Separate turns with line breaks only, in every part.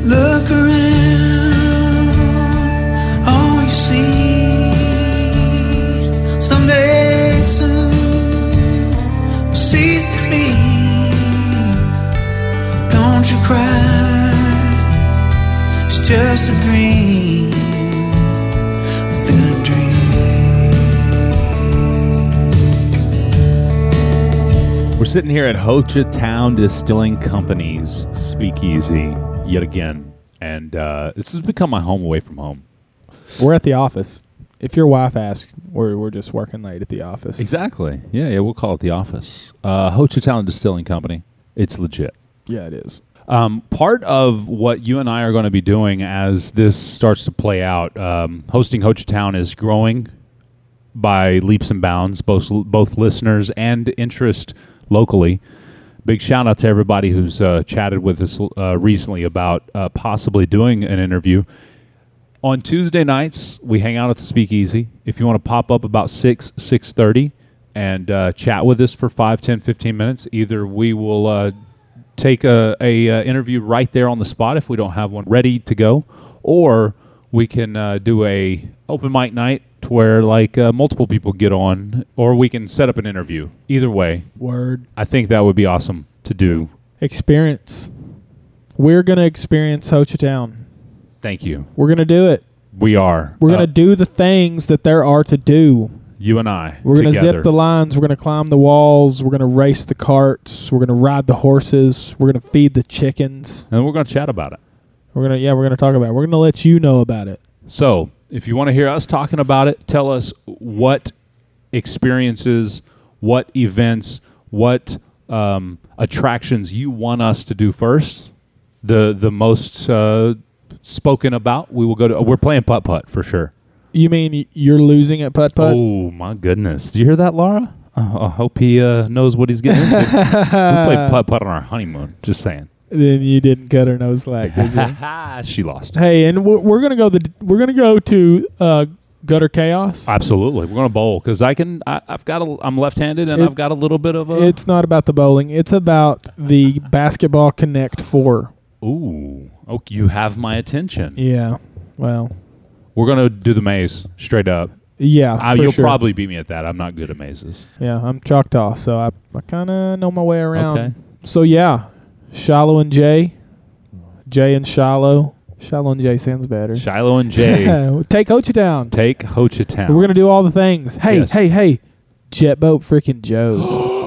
Look around, all you see. Someday soon will cease to be. Don't you cry, it's just a dream within a dream.
We're sitting here at Hochatown Distilling Company's Speakeasy yet again, and this has become my home away from home.
We're at the office. If your wife asks, we're just working late at the office.
Exactly. Yeah, we'll call it the office. Hochatown Distilling Company. It's legit.
Yeah, it is.
Part of what you and I are going to be doing as this starts to play out, hosting Hochatown is growing by leaps and bounds, both listeners and interest locally. Big shout out to everybody who's chatted with us recently about possibly doing an interview. On Tuesday nights, we hang out at the Speakeasy. If you want to pop up about 6:30 and chat with us for 5, 10, 15 minutes, either we will take a interview right there on the spot if we don't have one ready to go, or we can do a open mic night to where multiple people get on, or we can set up an interview. Either way,
Word.
I think that would be awesome to do.
Experience. We're going to experience Hochatown.
Thank you.
We're going to do it.
We are.
We're going to do the things that there are to do.
You and I.
We're going to zip the lines. We're going to climb the walls. We're going to race the carts. We're going to ride the horses. We're going to feed the chickens.
And we're going to chat about it.
We're going to talk about it. We're going to let you know about it.
So, if you want to hear us talking about it, tell us what experiences, what events, what attractions you want us to do first. The most spoken about, we will go to. We're playing putt-putt for sure.
You mean you're losing at putt-putt?
Oh, my goodness. Do you hear that, Laura? I hope he knows what he's getting into. We played putt-putt on our honeymoon, just saying.
Then you didn't cut her nose slack, did you?
She lost.
Hey, and we're gonna go to Gutter Chaos.
Absolutely, we're gonna bowl because I'm left-handed and I've got a little bit of a.
It's not about the bowling. It's about the Basketball Connect 4.
Ooh, you have my attention.
Yeah, well,
we're gonna do the maze straight up.
Yeah,
you'll
sure.
probably beat me at that. I'm not good at mazes.
Yeah, I'm Choctaw, so I kind of know my way around.
Okay.
So yeah, Shiloh and Jay and Shiloh. Shiloh and Jay sounds better.
Shiloh and Jay.
Take Hochatown.
Take Hochatown.
We're gonna do all the things. Hey,
yes.
hey, Jet Boat freaking Joe's.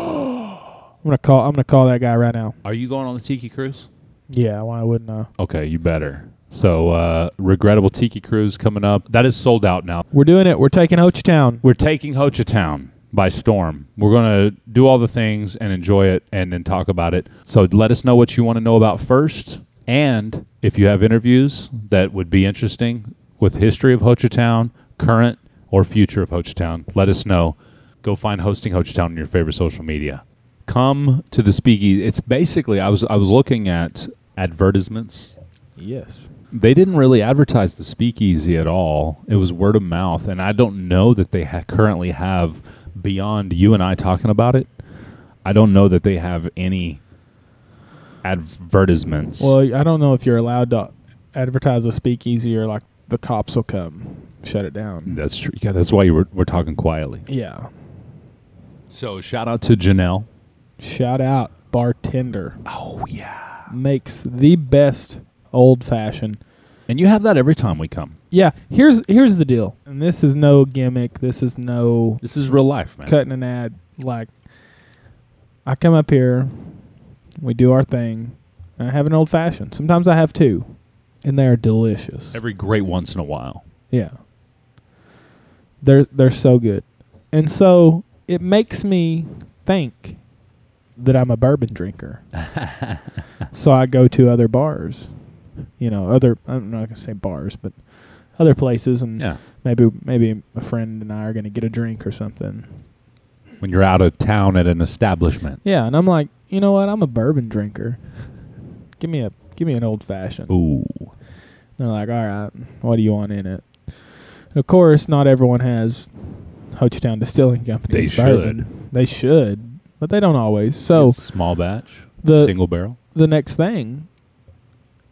I'm gonna call that guy right now.
Are you going on the Tiki Cruise?
Yeah, why wouldn't I?
Okay, you better. So, Regrettable Tiki Cruise coming up. That is sold out now.
We're doing it. We're taking Hochatown.
We're taking Hochatown by storm. We're going to do all the things and enjoy it and then talk about it. So let us know what you want to know about first. And if you have interviews that would be interesting with history of Hochatown, current or future of Hochatown, let us know. Go find Hosting Hochatown on your favorite social media. Come to the Speakeasy. It's basically, I was looking at advertisements.
Yes.
They didn't really advertise the Speakeasy at all. It was word of mouth, and I don't know that they currently have, beyond you and I talking about it, I don't know that they have any advertisements.
Well, I don't know if you're allowed to advertise a Speakeasy or the cops will come shut it down.
That's true. Yeah, that's why we're talking quietly.
Yeah.
So shout out to Janelle.
Shout out Bartender.
Oh yeah,
makes the best old fashioned.
And you have that every time we come.
Yeah. Here's the deal, and this is no gimmick. This is
real life, man.
Cutting an ad. I come up here, we do our thing, and I have an old fashioned. Sometimes I have two, and they're delicious.
Every great once in a while.
Yeah. They're so good. And so it makes me think that I'm a bourbon drinker. So I go to other bars. I'm not going to say bars, but other places, and maybe a friend and I are going to get a drink or something.
When you're out of town at an establishment.
Yeah, and I'm like, you know what? I'm a bourbon drinker. Give me an old fashioned.
Ooh.
They're like, all right, what do you want in it? Of course, not everyone has Hochatown Distilling Company's bourbon. They should, but they don't always. So
it's small batch, single barrel.
The next thing,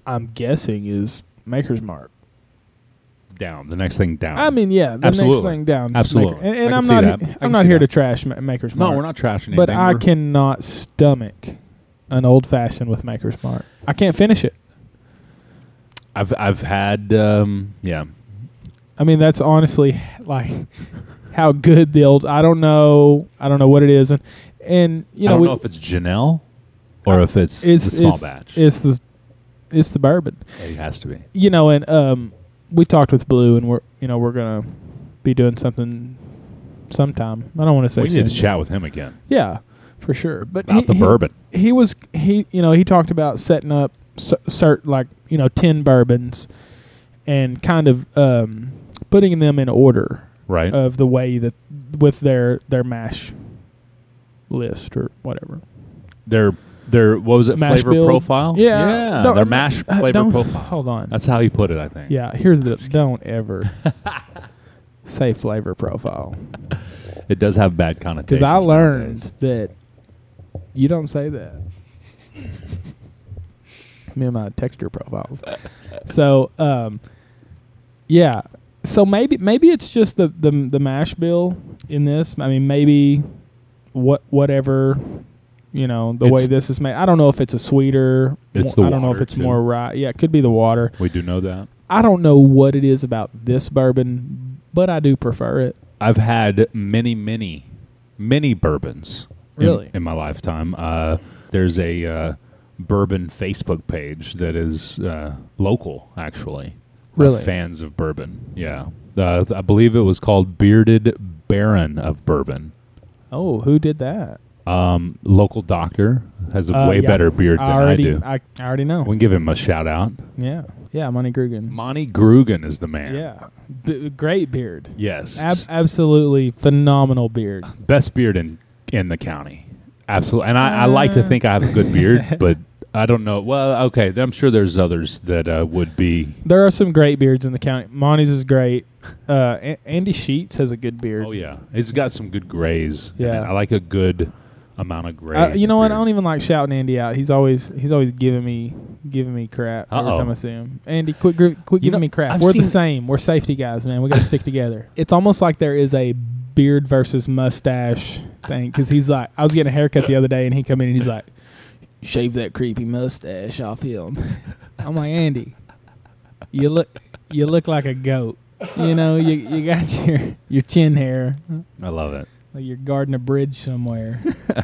I'm guessing is Maker's Mark.
Down. The next thing down.
I mean, yeah, the
Absolutely.
next thing down. is
Absolutely.
Maker. And
I
I'm
can see
not.
that. I
I'm
can
not
see
here
that.
to trash Maker's Mark.
No, we're not trashing anything.
But I
We're-
cannot stomach an old fashioned with Maker's Mark. I can't finish it.
I've had yeah.
I mean, that's honestly like how good the old. I don't know what it is, and you know,
I don't know if it's Janelle or if it's the small batch.
It's the bourbon.
It has to be.
You know, and we talked with Blue, and we're gonna be doing something sometime. I don't want to say
We need to
soon.
chat with him again
Yeah, for sure. But
about the bourbon.
He talked about setting up cert like 10 bourbons and kind of putting them in order
Right.
of the way that with their mash list or whatever.
Their what was it?
Mash
Flavor
bill?
profile.
Yeah.
Their mash flavor
don't-
profile.
Hold on.
That's how you put it, I think.
Yeah, here's the don't ever say flavor profile.
It does have bad connotations.
Because I learned
nowadays.
that you don't say that. Me and my texture profiles. So, yeah. So maybe it's just the mash bill in this. I mean, maybe whatever, the way this is made. I don't know if it's a sweeter.
It's the
I don't know if
water,
it's
too.
more rye. Yeah, it could be the water.
We do know that.
I don't know what it is about this bourbon, but I do prefer it.
I've had many bourbons
Really?
in my lifetime. There's a bourbon Facebook page that is local, actually.
Really?
Fans of bourbon. Yeah. I believe it was called Bearded Baron of Bourbon.
Oh, who did that?
Local doctor has a way
Yeah.
better beard than I do.
I already know.
We can give him a shout out.
Yeah, Monty Grugan.
Monty Grugan is the man.
Yeah, great beard.
Yes.
Absolutely phenomenal beard.
Best beard in the county. Absolutely. And I like to think I have a good beard, but I don't know. Well, okay. I'm sure there's others that would be.
There are some great beards in the county. Monty's is great. Andy Sheets has a good beard.
Oh, yeah. He's got some good grays.
Yeah.
And I like a good amount of gray.
You know what? I
beard.
don't even like shouting Andy out. He's always giving me crap every
Uh-oh.
time I see him. Andy, quit giving me crap.
I've
We're the
seen-
same. We're safety guys, man. We got to stick together. It's almost like there is a beard versus mustache thing because he's like, I was getting a haircut the other day and he come in and he's like, shave that creepy mustache off him. I'm like, Andy, you look like a goat. You got your chin hair.
I love it.
Like you're guarding a bridge somewhere.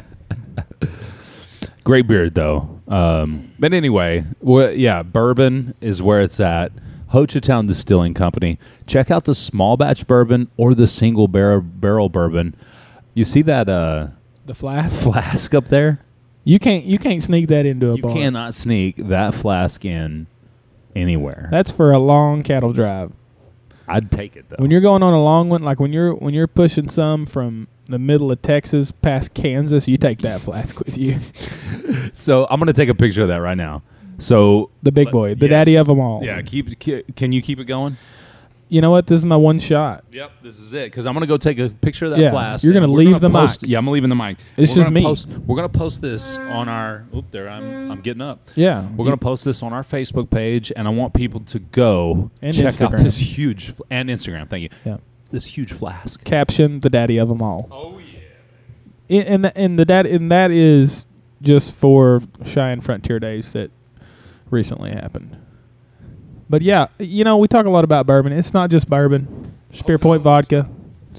Great beard, though. But anyway, bourbon is where it's at. Ho Chi Town Distilling Company. Check out the small batch bourbon or the single barrel bourbon. You see that
The flask.
flask up there?
You can't sneak that into a
You
bar.
cannot sneak that flask in anywhere.
That's for a long cattle drive.
I'd take it, though.
When you're going on a long one, like when you're pushing some from the middle of Texas past Kansas, you take that flask with you.
So I'm going to take a picture of that right now. So
The big boy, the
Yes.
daddy of them all.
Yeah, can you keep it going?
You know what? This is my one shot.
Yep, this is it. Because I'm going to go take a picture of that
Yeah,
flask.
you're
and
gonna
we're
leave the
post,
mic.
Yeah, I'm leaving the mic.
It's
We're
just
gonna
me.
We're going to post this on our... Oop, there, I'm getting up.
Yeah.
We're going to post this on our Facebook page, and I want people to go
And
check out
Instagram.
this huge... And Instagram, thank you.
Yeah.
This huge flask.
Caption: the daddy of them all.
Oh, yeah.
And that is just for Cheyenne Frontier Days that recently happened. But yeah, we talk a lot about bourbon. It's not just bourbon. Spear Point vodka.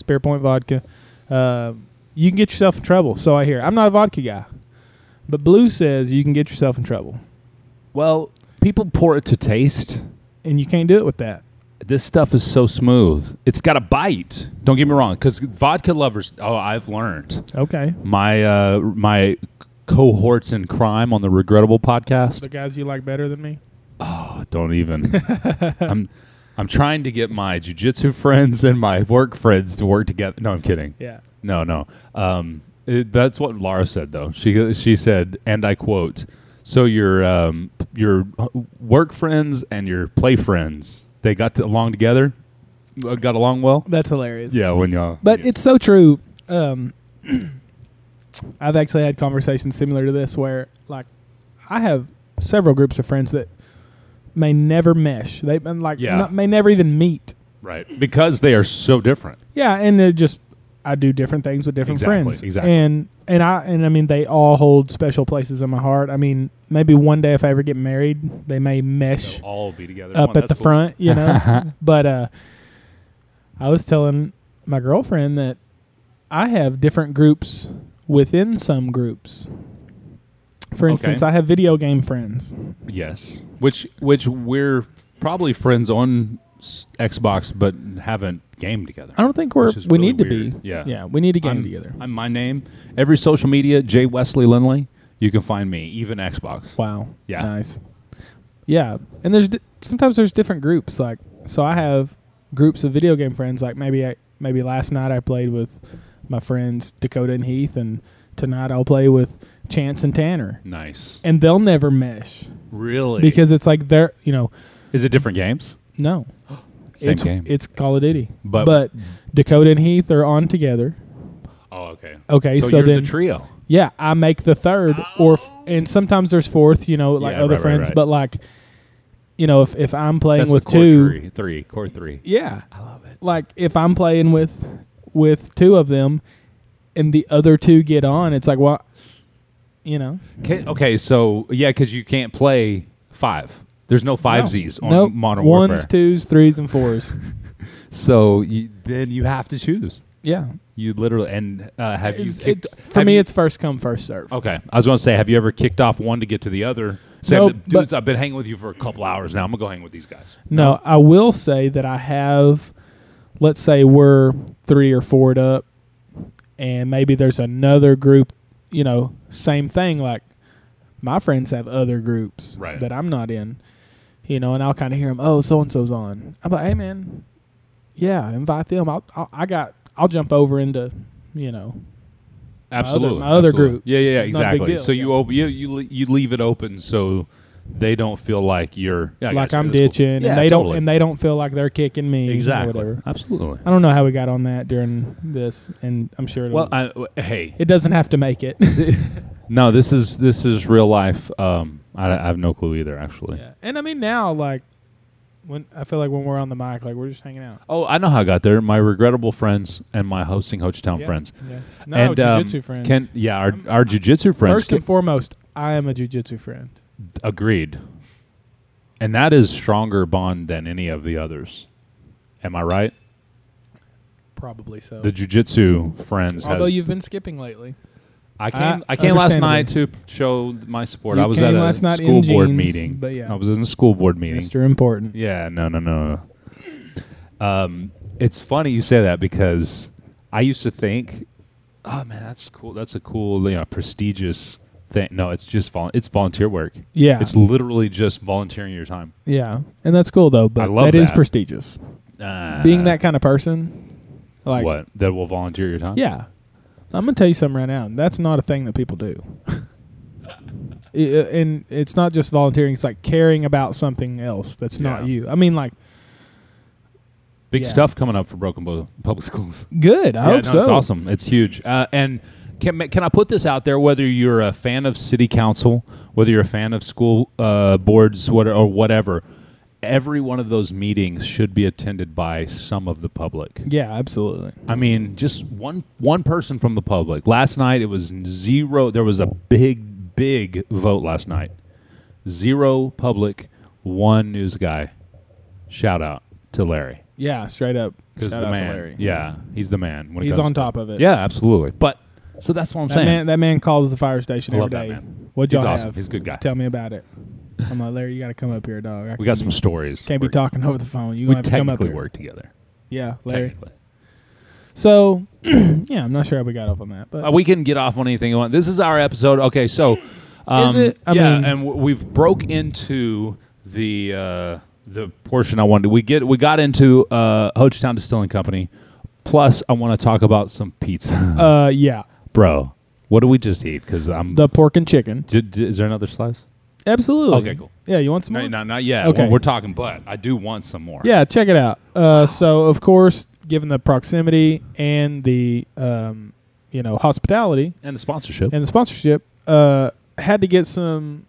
You can get yourself in trouble. So I hear. I'm not a vodka guy, but Blue says you can get yourself in trouble,
Well, people pour it to taste.
and you can't do it with that.
This stuff is so smooth. It's got a bite. Don't get me wrong, because vodka lovers... Oh, I've learned.
Okay.
My cohorts in crime on the Regrettable podcast.
The guys you like better than me.
Oh, don't even. I'm trying to get my jiu-jitsu friends and my work friends to work together. No, I'm kidding.
Yeah.
No. That's what Laura said, though. She said, and I quote, so your work friends and your play friends, they got along together? Got along well?
That's hilarious.
Yeah, when y'all...
But it's so true. I've actually had conversations similar to this where, like, I have several groups of friends that may never mesh. They may never even meet.
Right. Because they are so different.
Yeah, and I do different things with different friends.
Exactly.
And I mean they all hold special places in my heart. I mean, maybe one day if I ever get married, they may mesh
They'll all be together
up at the front, you know. But I was telling my girlfriend that I have different groups within some groups. For instance, I have video game friends.
Yes. Which we're probably friends on Xbox, but haven't gamed together.
I don't think we
really
need to
weird.
be. Yeah, we need to game together.
I'm my name. Every social media, J. Wesley Lindley. You can find me, even Xbox.
Wow.
Yeah.
Nice. Yeah, and sometimes there's different groups. Like, so I have groups of video game friends. Like maybe last night I played with my friends Dakota and Heath, and tonight I'll play with Chance and Tanner.
Nice.
And they'll never mesh.
Really?
Because it's like they're,
Is it different games?
No.
Same game.
It's Call of Duty.
But
Dakota and Heath are on together.
Oh, okay.
Okay,
so
so
you're
then
the trio.
Yeah, I make the third, and sometimes there's fourth, other friends.
Right.
But like, if I'm playing
That's
with
the core
two,
core three.
yeah,
I love it.
like if I'm playing with two of them, and the other two get on, it's like, well,
Okay, so because you can't play 5. There's no 5Zs on Modern Warfare.
1s, 2s, 3s, and 4s.
So then you have to choose.
Yeah.
You literally have you kicked?
For me, it's first come, first serve.
Okay, I was going to say, have you ever kicked off one to get to the other? Say,
Nope,
dudes, I've been hanging with you for a couple hours now. I'm gonna go hang with these guys.
No, I will say that I have. Let's say we're 3 or 4'd up, and maybe there's another group. Same thing. Like my friends have other groups that I'm not in. And I'll kind of hear them. Oh, so and so's on. I'm like, hey man, yeah, invite them. I'll jump over into,
Absolutely,
my other group.
Yeah,
It's not a big
exactly.
deal,
So you leave it open so they don't feel like you're
like I'm ditching,
cool.
and they don't feel like they're kicking me.
Exactly.
Or whatever.
Absolutely.
I don't know how we got on that during this, and I'm sure.
Hey,
it doesn't have to make it.
no, this is real life. I have no clue either, actually.
Yeah. And I mean now, like when I feel like when we're on the mic, like we're just hanging out.
Oh, I know how I got there. My regrettable friends and my hosting Hochtown friends.
Yeah. No, jiu-jitsu friends.
Our jiu-jitsu friends.
First and foremost, I am a jiu-jitsu friend.
Agreed. And that is stronger bond than any of the others. Am I right?
Probably so.
The jiu-jitsu friends.
Although you've been skipping lately.
I came last night to show my support.
You
I was
came
at a
last night
school
in
board
jeans,
meeting.
but yeah.
I was in a school board meeting.
Mr. Important.
Yeah, no. It's funny you say that because I used to think, oh man, that's cool. That's a cool, prestigious thing. No, it's just it's volunteer work.
Yeah.
It's literally just volunteering your time.
Yeah. And that's cool though, but
I love
that is
that.
prestigious. Being that kind of person. Like
what? That will volunteer your time?
Yeah. I'm going to tell you something right now. That's not a thing that people do. And it's not just volunteering. It's like caring about something else that's not you. I mean, like.
Big stuff coming up for Broken Bow Public Schools.
Good. I hope so.
It's awesome. It's huge. And can I put this out there, whether you're a fan of city council, whether you're a fan of school boards, or whatever, every one of those meetings should be attended by some of the public.
Yeah, absolutely.
I mean, just one person from the public. Last night it was 0. There was a big vote last night. 0 public, 1 news guy. Shout out to Larry.
Yeah, straight up.
Because
Shout
the
out to
man.
Larry.
Yeah, he's the man. When it
he's
comes
on
to
top of it.
Yeah, absolutely. But so that's what I'm saying.
That man calls the fire station
I
every
love that
day.
man.
What'd
He's
y'all
awesome.
have?
He's a good guy.
Tell me about it. I'm like, Larry, you got to come up here, dog.
We got some stories.
Can't be talking over the phone. You
We
have to come up
technically
here.
work together.
Yeah, Larry.
Technically.
So, yeah, I'm not sure how we got off on that, but
We can get off on anything you want. This is our episode. Okay, so
Is it? I mean-
and we've broke into the portion I wanted. We got into Hochtown Distilling Company. Plus, I want to talk about some pizza.
yeah,
Bro, what did we just eat? Because I'm
the pork and chicken.
Is there another slice?
Absolutely.
Okay, cool.
Yeah, you want some more?
No, not yet.
Okay.
Well, we're talking, but I do want some more.
Yeah, check it out. So, of course, given the proximity and the hospitality
And the sponsorship.
and the sponsorship, had to get some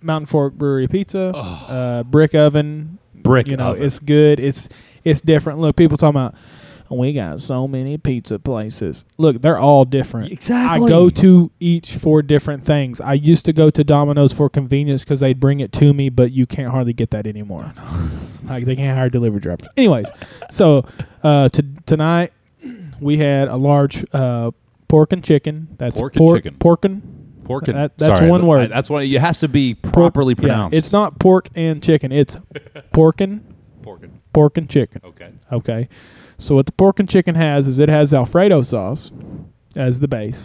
Mountain Fork Brewery pizza, brick oven.
Brick
You know,
oven.
it's good. It's different. Look, people talking about we got so many pizza places. Look, they're all different.
Exactly.
I go to each for different things. I used to go to Domino's for convenience because they'd bring it to me, but you can't hardly get that anymore. Like they can't hire delivery drivers. Anyways, so tonight we had a large pork and chicken. That's
Pork and chicken.
Porkin.
Pork and,
That's
sorry,
one word.
That's one. It has to be properly pronounced.
Yeah, it's not pork and chicken. It's porkin, pork and chicken.
Okay.
Okay. So what the pork and chicken has is it has Alfredo sauce as the base,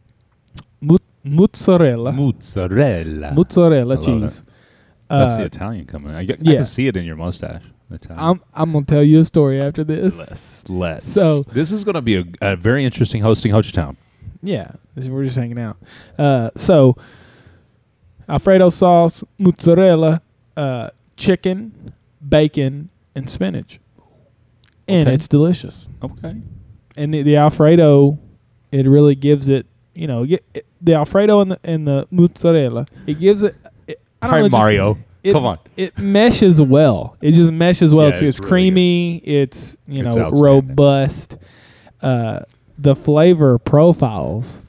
mozzarella
Mozzarella.
cheese.
That's the Italian coming. I
yeah.
can see it in your mustache. Italian.
I'm gonna tell you a story after this.
Let's.
So-
this is going to be a very interesting hosting Hochtown.
Yeah, we're just hanging out. So Alfredo sauce, mozzarella, chicken, bacon, and spinach, and
Okay.
it's delicious.
Okay.
And the Alfredo, it really gives it. You know, the Alfredo and the mozzarella, it gives it. I don't
All
know,
right, Mario. Come on.
It meshes well. It just meshes well.
Yeah,
So
it's
it's
really
creamy. It's
It's
know
outstanding.
robust. The flavor profiles.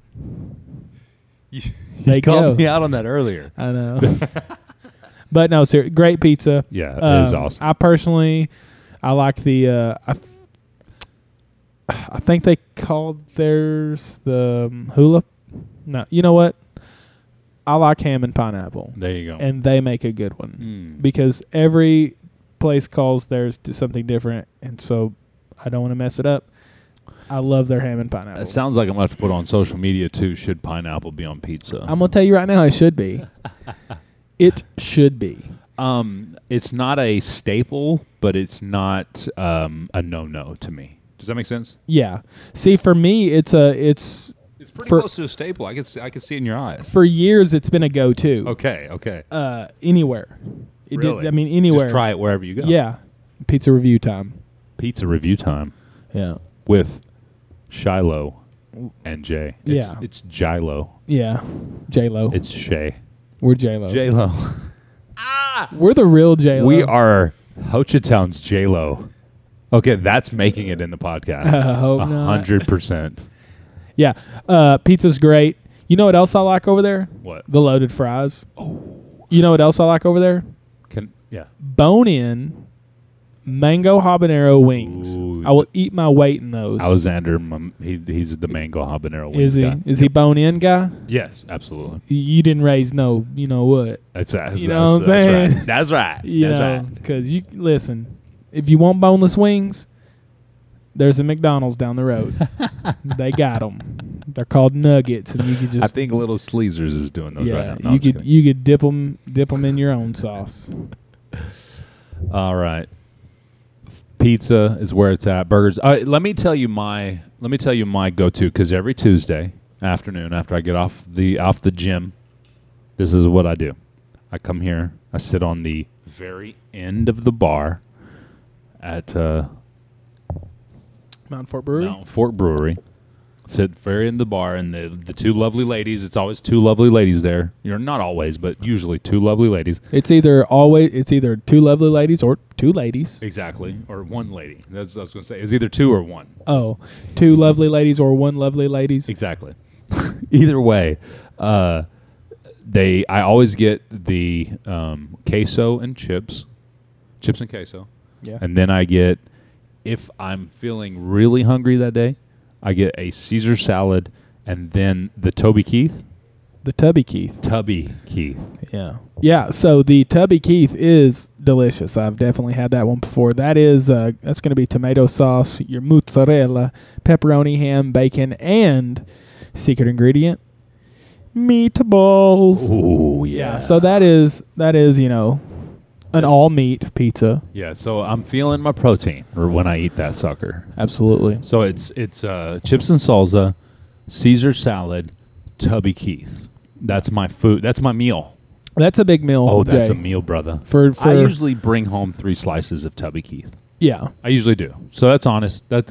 They
called
go.
me out on that earlier.
I know. But no, sir, great pizza.
Yeah, it is awesome.
I personally, I like the. I think they called theirs the hula. No, you know what? I like ham and pineapple,
There you go.
and they make a good one
Mm.
because every place calls theirs to something different, and so I don't want to mess it up. I love their ham and pineapple.
It sounds like I'm going to have to put on social media too. Should pineapple be on pizza?
I'm gonna tell you right now, it should be. It should be.
It's not a staple, but it's not a no to me. Does that make sense?
Yeah. See, for me, it's
It's pretty
For-
close to a staple. I can see it in your eyes.
for years it's been a go-to.
Okay.
Anywhere. It
Really?
did. I mean, anywhere.
Just try it wherever you go.
Yeah. Pizza review time.
Pizza review time
Yeah.
with Shiloh and Jay.
Yeah.
It's Jilo.
Yeah. J Lo.
It's Shay.
We're J Lo.
J-Lo.
We're the real J Lo.
We are Hochatown's J-Lo. Okay, that's making it in the podcast.
I hope not.
100%.
Yeah. Pizza's great. You know what else I like over there?
What?
The loaded fries. Oh. You know what else I like over there?
Yeah.
Bone-in mango habanero wings.
Ooh,
I will eat my weight in those.
Alexander, he's the mango habanero wings
Is he?
guy.
Is he bone-in guy?
Yes, absolutely.
You didn't raise no. You know what?
That's
You know what I'm saying?
Right. That's right.
You
That's
know,
right.
because you listen. If you want boneless wings, there's a McDonald's down the road. They got them. They're called nuggets, and you could just.
I think Little Sleezers is doing those right now. No,
you
I'm just
could
kidding.
you could dip them in your own sauce.
All right. Pizza is where it's at. Burgers. Let me tell you my go-to, because every Tuesday afternoon after I get off the gym, this is what I do. I come here. I sit on the very end of the bar at
Mountain Fort Brewery.
Mountain Fork Brewery. Sit very in the bar, and the two lovely ladies. It's always two lovely ladies there. You're not always, but usually two lovely ladies.
It's either two lovely ladies or two ladies.
Exactly, or one lady. That's what I was going to say. It's either two or one.
Oh, two lovely ladies or one lovely ladies.
Exactly. Either way, I always get the queso and chips and queso,
Yeah.
and then I get, if I'm feeling really hungry that day, I get a Caesar salad, and then the Toby Keith.
The Tubby Keith.
Tubby Keith.
Yeah. Yeah, so the Tubby Keith is delicious. I've definitely had that one before. That is that's going to be tomato sauce, your mozzarella, pepperoni, ham, bacon, and secret ingredient, meatballs.
Ooh,
Yeah, so that is an all meat pizza.
Yeah, so I'm feeling my protein when I eat that sucker.
Absolutely.
So it's chips and salsa, Caesar salad, Tubby Keith. That's my food. That's my meal.
That's a big meal.
Oh, that's
Jay.
a meal, brother.
For
I usually bring home 3 slices of Tubby Keith.
yeah.
I usually do. So that's honest. That's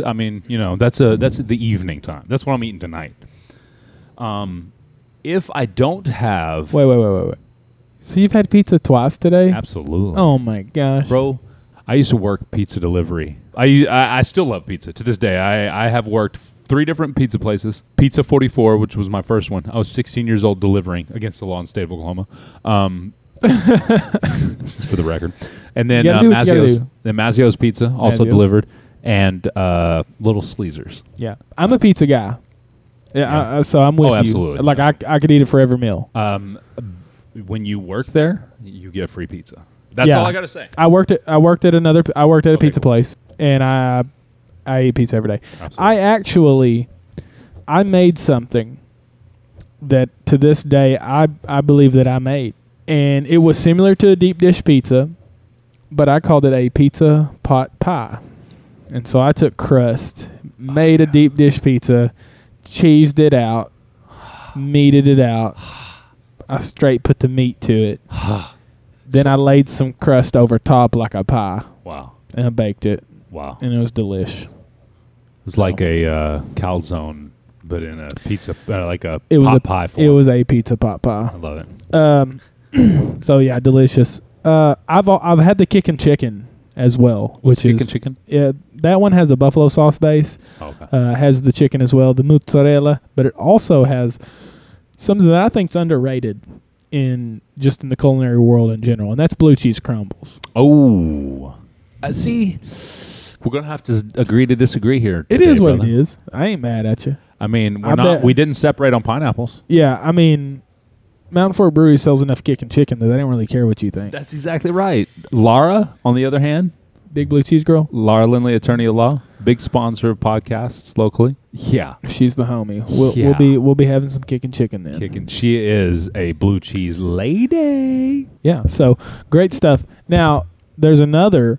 the evening time. That's what I'm eating tonight. If I don't have
Wait. So you've had pizza twice today?
Absolutely.
Oh my gosh.
Bro, I used to work pizza delivery. I still love pizza to this day. I have worked 3 different pizza places. Pizza 44, which was my first one. I was 16 years old delivering against the law in the state of Oklahoma. This is for the record. And then
You gotta do what you gotta
Mazzio's,
do.
Mazzio's Pizza also
Mazzio's.
delivered, and Little Sleezers.
Yeah. I'm a pizza guy. Yeah. So I'm with
Oh,
you.
absolutely.
Like I could eat it for every meal.
When you work there, you get free pizza. That's
Yeah.
all I got to say.
I worked at a
Okay,
pizza
cool.
place, and I eat pizza every day.
Absolutely.
I made something that to this day I believe that I made, and it was similar to a deep dish pizza, but I called it a pizza pot pie. And so I took crust, made a deep dish pizza, cheesed it out, meated it out. I straight put the meat to it. Then I laid some crust over top like a pie,
Wow.
and I baked it,
Wow.
and it was delish.
It's like a calzone, but in a pizza, like a
It was
pot
a
pie form.
It was a pizza pot pie.
I love it.
So yeah, delicious. I've had the kickin' chicken as well,
What's
which is
chicken?
yeah, that one has a buffalo sauce base.
Oh, okay.
Has the chicken as well, the mozzarella, but it also has something that I think is underrated in the culinary world in general, and that's blue cheese crumbles.
Oh, see, we're gonna have to agree to disagree here.
It
today,
is what
brother.
it is. I ain't mad at you.
I mean,
I bet-
we didn't separate on pineapples.
Yeah, I mean, Mountain Fork Brewery sells enough kickin' chicken that they don't really care what you think.
That's exactly right. Laura, on the other hand,
Big blue cheese girl,
Laura Lindley, attorney at law, big sponsor of podcasts locally. Yeah,
she's the homie.
Yeah.
We'll be having some kickin' chicken then.
kicking. She is a blue cheese lady.
Yeah, so great stuff. Now there's another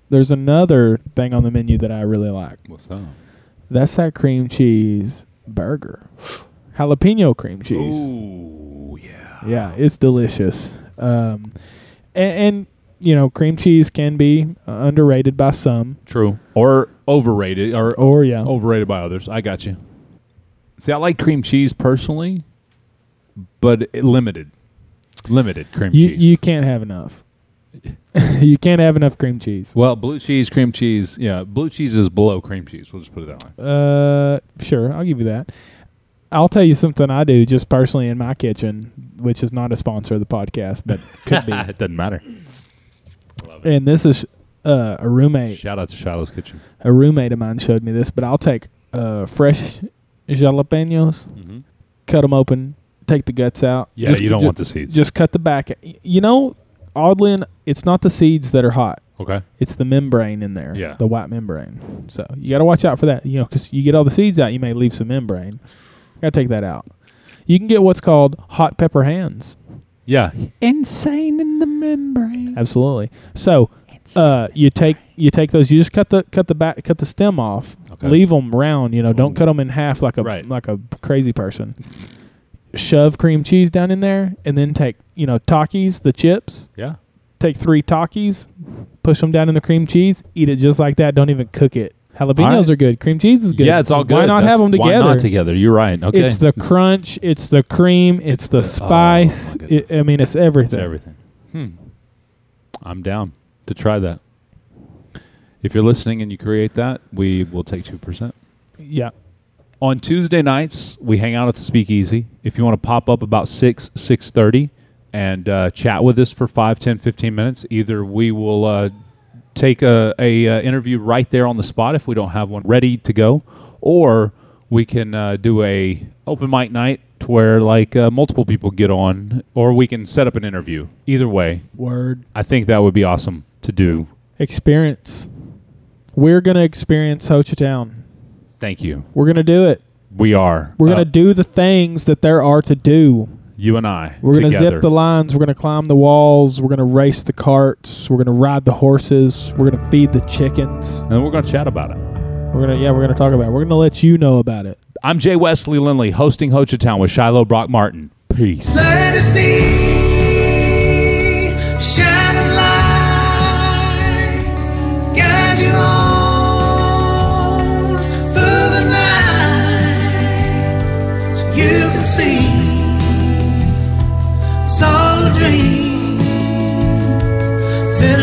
thing on the menu that I really like.
What's up?
That's that cream cheese burger, jalapeno cream cheese.
Ooh, yeah.
Yeah, it's delicious. And you know, cream cheese can be underrated by some,
True. Or overrated, or overrated by others. I got you. See, I like cream cheese personally, but limited cream cheese.
You can't have enough. You can't have enough cream cheese.
Well, blue cheese, cream cheese. Yeah, blue cheese is below cream cheese. We'll just put it that way.
Sure, I'll give you that. I'll tell you something I do just personally in my kitchen, which is not a sponsor of the podcast, but could be.
It doesn't matter. Love it.
And this is a roommate.
Shout out to Shiloh's Kitchen.
A roommate of mine showed me this, but I'll take fresh jalapenos, cut them open, take the guts out.
Yeah, you don't want the seeds.
Just cut the back. You know, oddly, it's not the seeds that are hot.
Okay.
It's the membrane in there,
Yeah.
the white membrane. So you got to watch out for that. You know, because you get all the seeds out, you may leave some membrane. Got to take that out. You can get what's called hot pepper hands.
Yeah. Insane in the membrane.
Absolutely. So you take those. You just cut the stem off.
Okay.
Leave them round. You know, don't
Ooh.
cut them in half like a crazy person. Shove cream cheese down in there, and then take Takis, the chips.
Yeah.
Take 3 Takis, push them down in the cream cheese. Eat it just like that. Don't even cook it. Jalapenos
All right.
are good. Cream cheese is good.
Yeah, it's all good.
Why not have them together?
Why not together? You're right. Okay.
It's the crunch. It's the cream. It's the spice.
my goodness.
I mean, it's
It's
everything.
everything. I'm down to try that. If you're listening and you create that, we will take 2%.
Yeah.
On Tuesday nights, we hang out at the Speakeasy. If you want to pop up about 6:30 and chat with us for 5, 10, 15 minutes, either we will take a interview right there on the spot if we don't have one ready to go, or we can do a open mic night to where multiple people get on, or we can set up an interview. Either way,
Word.
I think that would be awesome to do.
Experience. We're going to experience Ho Chi Town.
Thank you.
We're going to do it.
We are.
We're going to do the things that there are to do.
You and I.
We're going to
together.
zip the lines. We're going to climb the walls. We're going to race the carts. We're going to ride the horses. We're going to feed the chickens.
And we're going to chat about it.
We're going to talk about it. We're going to let you know about it.
I'm Jay Wesley Lindley, hosting Ho Chi Town with Shiloh Brock Martin. Peace.
Let it be shining light, guide you on through the night, so you can see it's all a dream.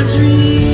dream.